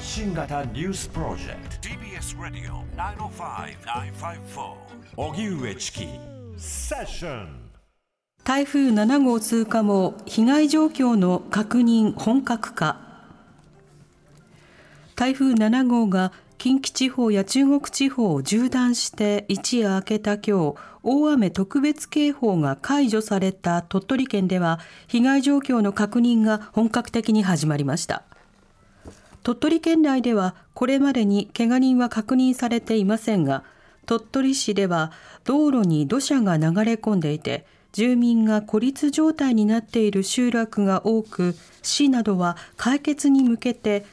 発信型ニュースプロジェクト TBS ラディオ905-954おぎゅうえちきセッション。 台風7号通過も被害状況の確認本格化。台風7号が近畿地方や中国地方を縦断して一夜明けた今日、大雨特別警報が解除された鳥取県では被害状況の確認が本格的に始まりました。鳥取県内ではこれまでに怪我人は確認されていませんが、鳥取市では道路に土砂が流れ込んでいて、住民が孤立状態になっている集落が多く、市などは解消に向けて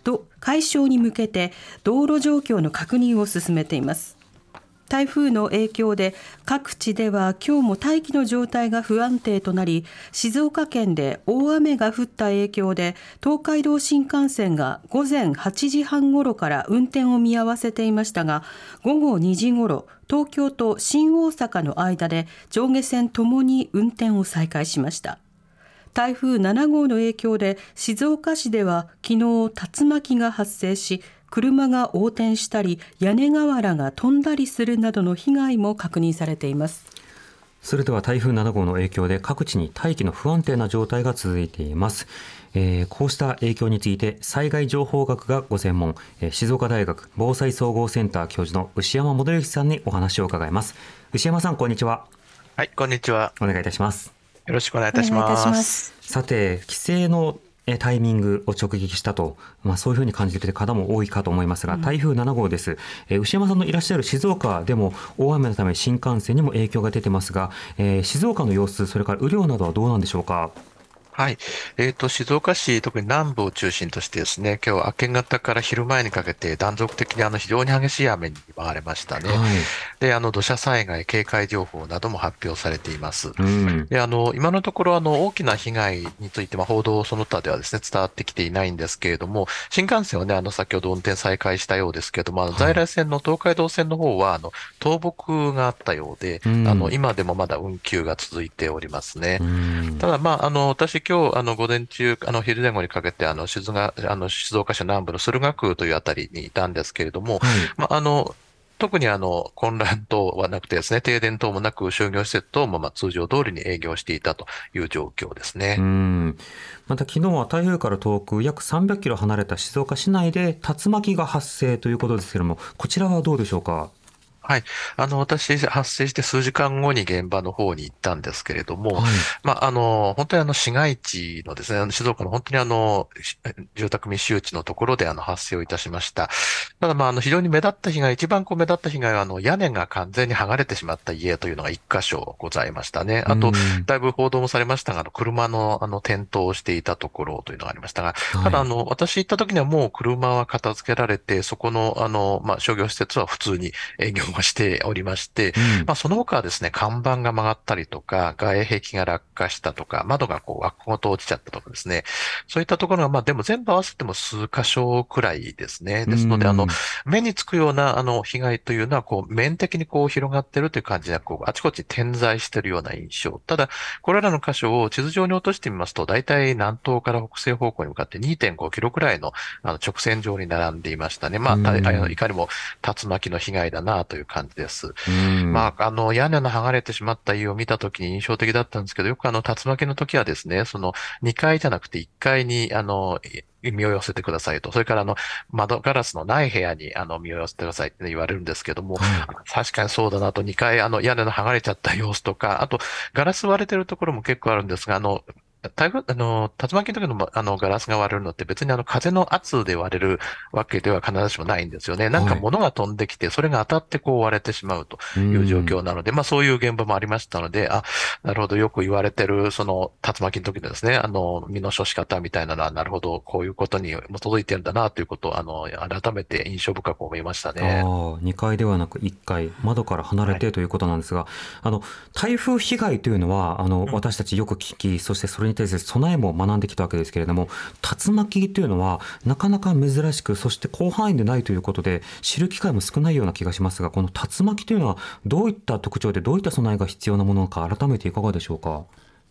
道路状況の確認を進めています。台風の影響で各地では今日も大気の状態が不安定となり、静岡県で大雨が降った影響で東海道新幹線が午前8時半ごろから運転を見合わせていましたが、午後2時ごろ東京と新大阪の間で上下線ともに運転を再開しました。台風7号の影響で静岡市では昨日竜巻が発生し、車が横転したり屋根瓦が飛んだりするなどの被害も確認されています。 それでは台風7号の影響で各地に大気の不安定な状態が続いています。こうした影響について災害情報学がご専門、静岡大学防災総合センター教授の牛山素之さんにお話を伺います。牛山さん、こんにちは。 はい、こんにちは。 お願いいたします。 よろしくお願いいたします。 さて、帰省のタイミングを直撃したと、そういうふうに感じている方も多いかと思いますが、台風7号です。牛山さんのいらっしゃる静岡でも大雨のため新幹線にも影響が出てますが、静岡の様子、それから雨量などはどうなんでしょうか。 はい。静岡市、特に南部を中心としてですね、今日明け方から昼前にかけて断続的に非常に激しい雨に見舞われましたね。はい、で、土砂災害警戒情報なども発表されています。で、今のところ大きな被害について、報道その他ではですね、伝わってきていないんですけれども、新幹線はね、先ほど運転再開したようですけれども、在来線の東海道線の方は、倒木があったようで、今でもまだ運休が続いておりますね。ただ、私今日、午前中、昼前後にかけて、静岡市南部の駿河区というあたりにいたんですけれども、特に混乱等はなくてですね、停電等もなく商業施設等も通常通りに営業していたという状況ですね。 また昨日は台風から遠く約300キロ離れた静岡市内で竜巻が発生ということですけれども、こちらはどうでしょうか。 はい。私、発生して数時間後に現場の方に行ったんですけれども、本当に市街地のですね、静岡の本当に住宅密集地のところで発生をいたしました。ただ非常に目立った被害、一番目立った被害は屋根が完全に剥がれてしまった家というのが一箇所ございましたね。あと、だいぶ報道もされましたが、車の転倒していたところというのがありましたが、ただ私行った時にはもう車は片付けられて、そこの商業施設は普通に営業しておりまして、その他はですね、看板が曲がったりとか、外壁が落下したとか、窓が枠ごと落ちちゃったとかですね、そういったところが、でも全部合わせても数箇所くらいですね。ですので、目につくような、被害というのは、面的に広がってるという感じで、あちこち点在しているような印象。ただ、これらの箇所を地図上に落としてみますと、大体南東から北西方向に向かって2.5キロくらいの、直線上に並んでいましたね。いかにも竜巻の被害だなという感じです。屋根の剥がれてしまった家を見たときに印象的だったんですけど、よく竜巻の時はですね、その2階じゃなくて1階に身を寄せてくださいと。それから窓ガラスのない部屋に身を寄せてくださいって言われるんですけども、確かにそうだなと、2階屋根の剥がれちゃった様子とか、あとガラス割れてるところも結構あるんですが、竜巻の時のガラスが割れるのって別に風の圧で割れるわけでは必ずしもないんですよね。なんか物が飛んできて、それが当たって割れてしまうという状況なので、そういう現場もありましたので、なるほど、よく言われてる、その竜巻の時のですね、身の処し方みたいなのは、なるほど、こういうことに基づいてるんだなということを、改めて印象深く思いましたね。 2階ではなく1階、窓から離れてということなんですが、台風被害というのは、私たちよく聞き、そしてそれに対する備えも学んできたわけですけれども、竜巻というのはなかなか珍しく、そして広範囲でないということで知る機会も少ないような気がしますが、この竜巻というのはどういった特徴でどういった備えが必要なものか、改めていかがでしょうか。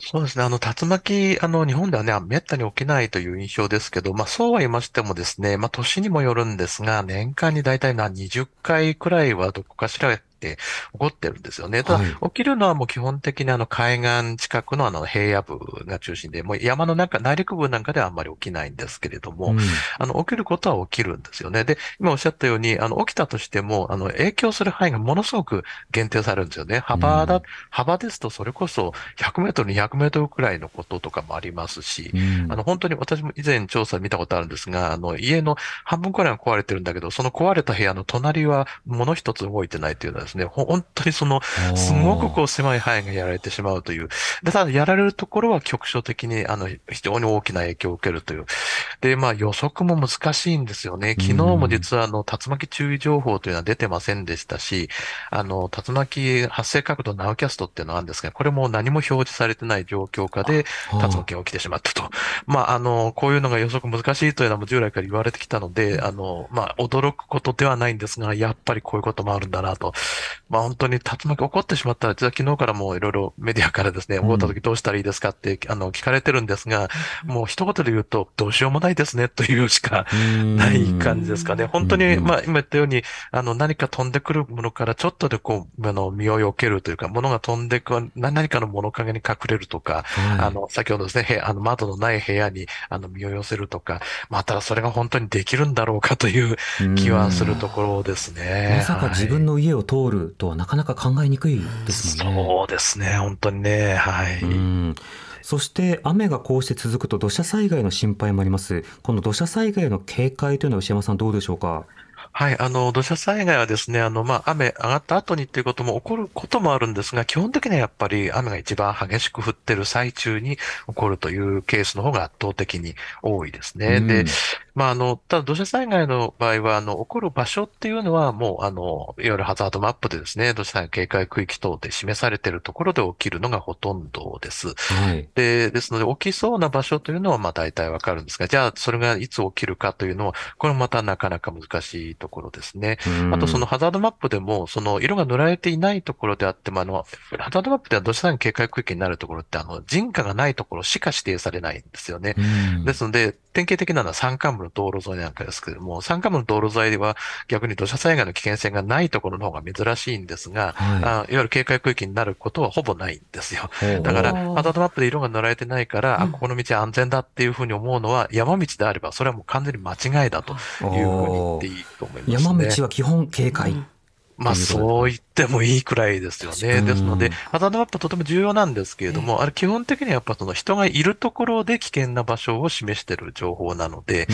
そうですね。竜巻、日本ではね、めったに起きないという印象ですけど、そうは言いましてもですね、年にもよるんですが、年間に大体20回くらいはどこかしらで起こってるんですよね。ただ、 はい。 起きるのはもう基本的に海岸近くの平野部が中心で、もう山の中、内陸部なんかではあんまり起きないんですけれども、 うん。 起きることは起きるんですよね。で、今おっしゃったように、起きたとしても、影響する範囲がものすごく限定されるんですよね。 うん。 幅ですとそれこそ100メートル、200メートルくらいのこととかもありますし、 うん。 本当に私も以前調査見たことあるんですが、家の半分くらいが壊れてるんだけど、その壊れた部屋の隣は物一つ動いてないというのはですね、本当にあすごくあ。 狭い範囲がやられてしまうという。で、ただやられるところは局所的に、非常に大きな影響を受けるという。で、予測も難しいんですよね。 う昨日もん。 実は竜巻注意情報というのは出てませんでしたし、竜巻発生角度ナウキャストっていうのがあるんですが、これも何も表示されてない状況下で竜あ巻が起きてしまったと。こういうのが予測難しいというのはもう従来から言われてきたので、驚くことではないんですが、やっぱりこういうこともあるんだなと。本当に竜巻起こってしまったら、実は昨日からもいろいろメディアからですね、起あ。うこったん。 時どうしたらいいですかって、聞かれてるんですが、もう一言で言うと、どうしようもないですね、というしかうないん。 感じですかね。 うん。 本当に、 うん。 今言ったように、何か飛んでくるものからちょっとで身を避けるというか、物が飛んでく、何かの物陰に隠れるとか、 はい。 先ほどですね、窓のない部屋に、身を寄せるとか、ただそれが本当にできるんだろうかというう気はすん。 るところですね。 まさか自分はい。 の家を通るとはなかなか考えにくいですもんね。 そうですね、本当にね、はうい。 ん。そして雨がこうして続くと土砂災害の心配もあります。この土砂災害の警戒というのは牛山さんどうでしょうか。 はい、土砂災害はですね、雨上がった後にっていうことも起こることもあるんですが、基本的にはやっぱり雨が一番激しく降ってる最中に起こるというケースの方が圧倒的に多いですね。で、 うん。 ただ土砂災害の場合は、起こる場所っていうのはもう、いわゆるハザードマップでですね、土砂災害警戒区域等で示されているところで起きるのがほとんどです。 はい。 ですので、起きそうな場所というのは、大体わかるんですが、じゃあ、それがいつ起きるかというのは、これもまたなかなか難しいところですね。 うあと、そのん。 ハザードマップでも、その色が塗られていないところであっても、ハザードマップでは土砂災害警戒区域になるところって、人家がないところしか指定されないんですよね。 うん。 ですので、典型的なのは山間部の道路沿いなんかですけれども、山間部の道路沿いでは逆に土砂災害の危険性がないところの方が珍しいんですが、 はい。 いわゆる警戒区域になることはほぼないんですよ。 ほうだから、 ほハザードマップで色が塗られてないから、ここの道は安全だっていうふうに思うのは、山道であれば、それはもう完全に間違いだとう。 いうふうに言っおー。 ていいと思います山道ね。 は基本警戒ということですか。 そう言ってもいいくらいですようね。ですので、 ん。 ハザードマップはとても重要なんですけれども、あれ基本的にはやっぱその人がいるところで危険な場所を示している情報なので、 うん。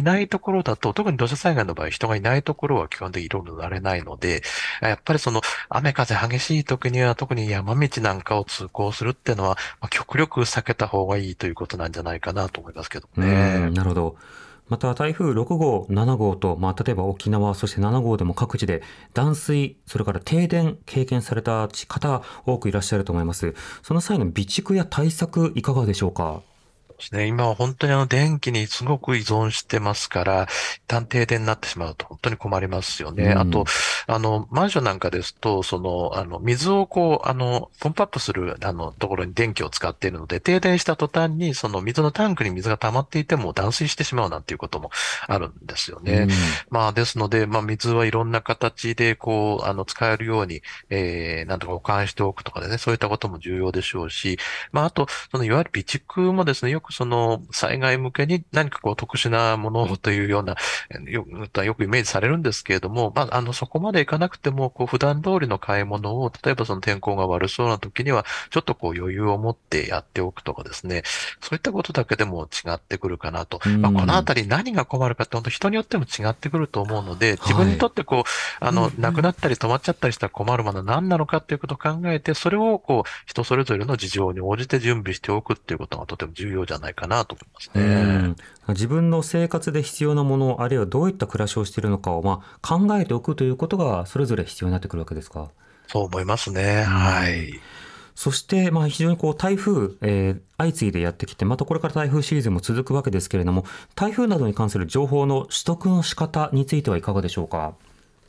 人がいないところだと、特に土砂災害の場合、人がいないところは基本的に色塗られないので、やっぱりその雨風激しい時には特に山道なんかを通行するっていうのは、極力避けた方がいいということなんじゃないかなと思いますけどうね。 ん。なるほど。また台風6号、7号と、例えば沖縄、そして7号でも各地で断水、それから停電経験された方多くいらっしゃると思います。その際の備蓄や対策いかがでしょうか。 ですね。今は本当に電気にすごく依存してますから、一旦停電になってしまうと本当に困りますよね。あと、 うん。 マンションなんかですと、水をポンプアップする、ところに電気を使っているので、停電した途端に、その水のタンクに水が溜まっていても断水してしまうなんていうこともあるんですよね。 うん。 ですので、水はいろんな形で、使えるように、なんとか保管しておくとかでね、そういったことも重要でしょうし、あと、いわゆる備蓄もですね、よく災害向けに何か特殊なものをというような、よくイメージされるんですけれども、そこまでいかなくても、普段通りの買い物を、例えばその天候が悪そうな時には、ちょっと余裕を持ってやっておくとかですね、そういったことだけでも違ってくるかなと。 うこのあん。 たり何が困るかって本当人によっても違ってくると思うので、自分はい。 にとってなくなったり止まっちゃったりしたら困るものは何なのかっていうことを考えて、それを人それぞれの事情に応じて準備しておくっていうことがとても重要じゃないかなと思いますうね。 ん。自分の生活で必要なもの、あるいはどういった暮らしをしているのかを、考えておくということが、それぞれ必要になってくるわけですか。 そう思いますね。 うん。 はい。 そして、非常に台風、相次いでやってきて、またこれから台風シーズンも続くわけですけれども、台風などに関する情報の取得の仕方についてはいかがでしょうか。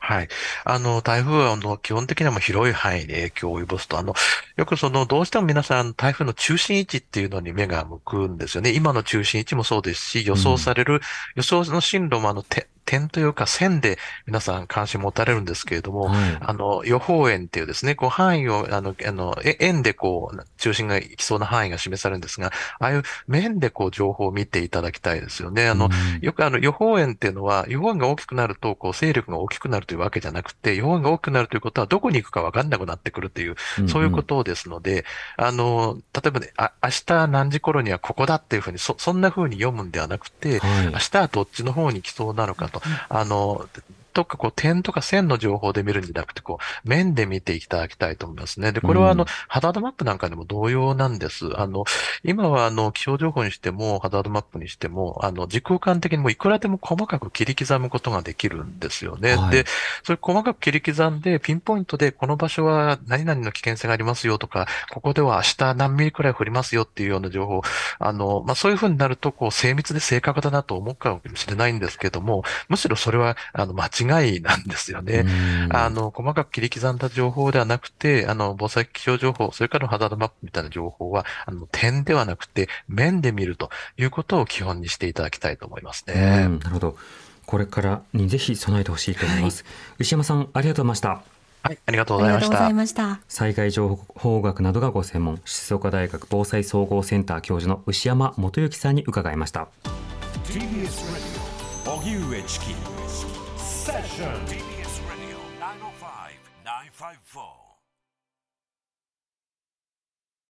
はい。台風は、基本的にはもう広い範囲に影響を及ぼすと、よくどうしても皆さん、台風の中心位置っていうのに目が向くんですよね。今の中心位置もそうですし、予想される、予想の進路も点というか線で皆さん関心持たれるんですけれども、 はい。 予報円っていうですね、こう範囲を、円でこう、中心が行きそうな範囲が示されるんですが、ああいう面でこう、情報を見ていただきたいですよね。よく予報円っていうのは、予報円が大きくなると、こう、勢力が大きくなるというわけじゃなくて、予報円が大きくなるということは、どこに行くかわかんなくなってくるという、 うんそういうこうん。 とですので、例えばね、明日何時頃にはここだっていうふうに、そんなふうに読むんではなくて、 はい。 明日はどっちの方に来そうなのかと、とかこう点とか線の情報で見るんじゃなくて、こう面で見ていただきたいと思いますね。で、これはうん。 ハザードマップなんかでも同様なんです。今は気象情報にしても、ハザードマップにしても、時空間的にもいくらでも細かく切り刻むことができるんですよね。で、 はい。 それ細かく切り刻んで、ピンポイントでこの場所は何々の危険性がありますよとか、ここでは明日何ミリくらい降りますよっていうような情報、そういうふうになると、こう精密で正確だなと思うかもしれないんですけども、むしろそれは、間違いなんですようね。 ん。 細かく切り刻んだ情報ではなくて、防災気象情報、それからハザードマップみたいな情報は、点ではなくて、面で見るということを基本にしていただきたいと思いますね。 なるほど。これからにぜひ備えてほしいと思いはい。 ます。牛山さん、ありがとうございました。 はい、ありがとうありがとうございございました。 ました。 災害情報学などがご専門、静岡大学防災総合センター教授の牛山元幸さんに伺いました。 TBS Radio 荻上チキセッション TBS Radio 905-954